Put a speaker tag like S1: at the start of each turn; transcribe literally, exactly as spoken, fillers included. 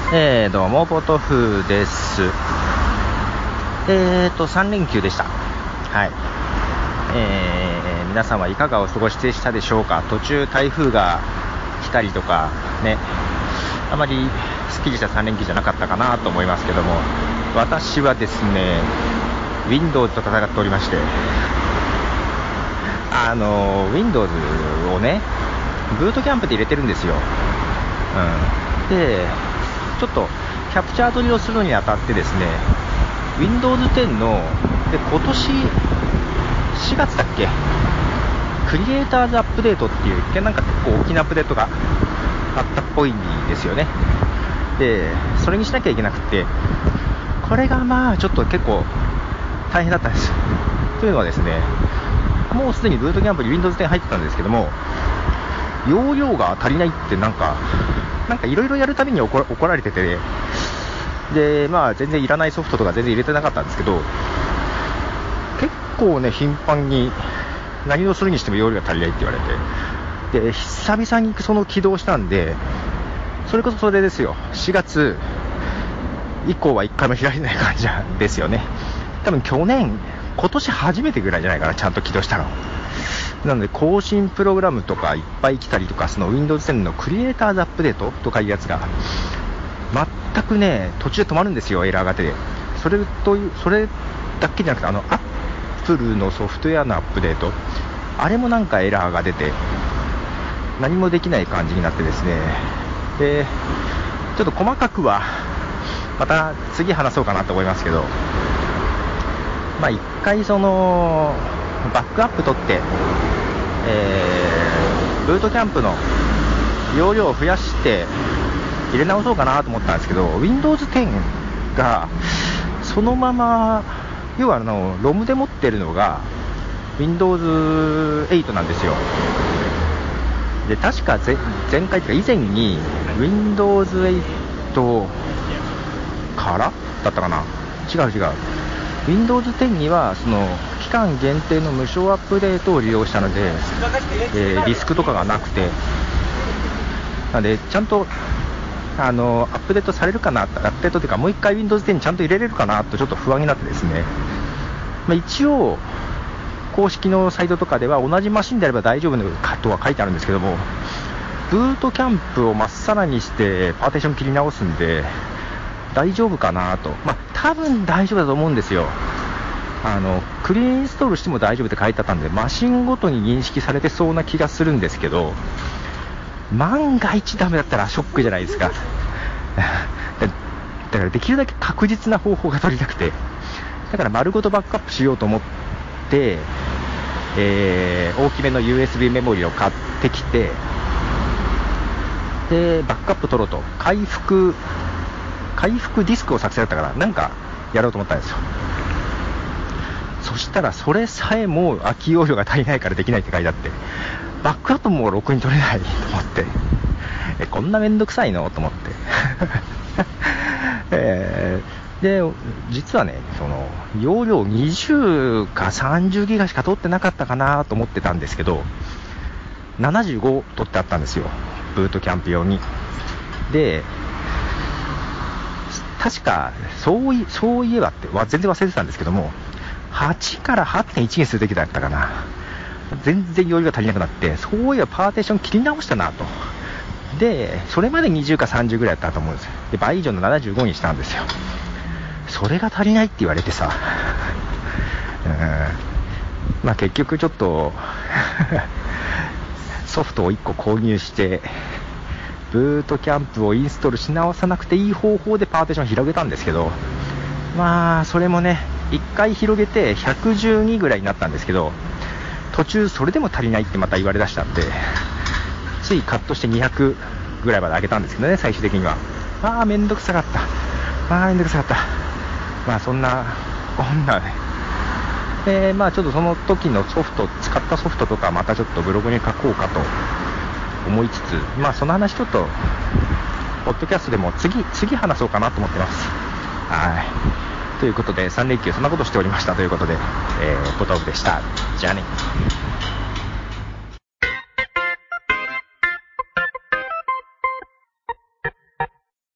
S1: えー、どうもポトフです。えーとさん連休でした。はい、えー、皆さんはいかがお過ごしでしたでしょうか。途中台風が来たりとかね、あまりすっきりしたさん連休じゃなかったかなと思いますけども、私はですね Windows と戦っておりまして、あの Windows をねブートキャンプで入れてるんですよ、うん、でちょっとキャプチャー取りをするにあたってですね ウィンドウズテン ので今年しがつだっけ、クリエイターズアップデートっていう一見なんか結構大きなアップデートがあったっぽいんですよね。でそれにしなきゃいけなくて、これがまあちょっと結構大変だったんです。というのはですね、もうすでにブートキャンプに ウィンドウズテン 入ってたんですけども、容量が足りないってなんかなんかいろいろやるたびに怒ら、怒られてて、でまあ全然いらないソフトとか全然入れてなかったんですけど、結構ね頻繁に何をするにしても容量が足りないって言われて、で久々にその起動したんで、それこそそれですよ、しがつ以降はいっかいも開いてない感じなんですよね。多分去年今年初めてぐらいじゃないかな、ちゃんと起動したの。なので更新プログラムとかいっぱい来たりとか、その ウィンドウズテン のクリエイターズアップデートとかいうやつが全くね途中で止まるんですよ、エラーが出て。それというそれだけじゃなくて、あのアップルのソフトウェアのアップデート、あれもなんかエラーが出て何もできない感じになってですね、でちょっと細かくはまた次話そうかなと思いますけど、まあ一回そのバックアップ取って、えー、ブートキャンプの容量を増やして入れ直そうかなと思ったんですけど、 ウィンドウズテン がそのまま、要はあの ロム で持ってるのが ウィンドウズエイト なんですよ。で確か前前回というか以前に ウィンドウズエイト からだったかな、違う違う ウィンドウズテン にはその期間限定の無償アップデートを利用したので、えー、リスクとかがなくて、なのでちゃんとあのアップデートされるかな、アップデートというかもう一回 ウィンドウズテン にちゃんと入れれるかなとちょっと不安になってですね、まあ、一応公式のサイトとかでは同じマシンであれば大丈夫かとは書いてあるんですけども、ブートキャンプをまっさらにしてパーテーション切り直すんで大丈夫かなと、まあ多分大丈夫だと思うんですよ。あのクリーンインストールしても大丈夫って書いてあったんで、マシンごとに認識されてそうな気がするんですけど、万が一ダメだったらショックじゃないですかだからできるだけ確実な方法が取りたくて、だから丸ごとバックアップしようと思って、えー、大きめの ユーエスビー メモリを買ってきて、でバックアップ取ろうと、回復回復ディスクを作成だったからなんかやろうと思ったんですよ。そしたらそれさえも空き容量が足りないからできないって書いてあって、バックアップもろくに取れないと思って、えこんなめんどくさいのと思って、えー、で実はねその容量にじゅうかさんじゅうギガしか取ってなかったかなと思ってたんですけど、ななじゅうご取ってあったんですよ、ブートキャンプ用に。で確かそういそういえばって全然忘れてたんですけども、はちから はってんいち にするべきだったかな。全然余裕が足りなくなって、そういえばパーテーション切り直したなと。でそれまでにじゅうかさんじゅうぐらいだったと思うんですよ。で倍以上のななじゅうごにしたんですよ。それが足りないって言われてさ、うんまあ結局ちょっとソフトをいっこ購入してブートキャンプをインストールし直さなくていい方法でパーテーションを広げたんですけど、まあそれもねいっかい広げてひゃくじゅうにぐらいになったんですけど、途中それでも足りないってまた言われだしたんで、ついカットしてにひゃくぐらいまで上げたんですけどね、最終的には。まあめんどくさかった、まあめんどくさかった。まあそんなこんなね、でまあちょっとその時のソフト使ったソフトとかまたちょっとブログに書こうかと思いつつ、まあその話ちょっとポッドキャストでも次次話そうかなと思ってます。はいということでさん連休そんなことしておりましたということで、えー、ポトフでした。じゃあね。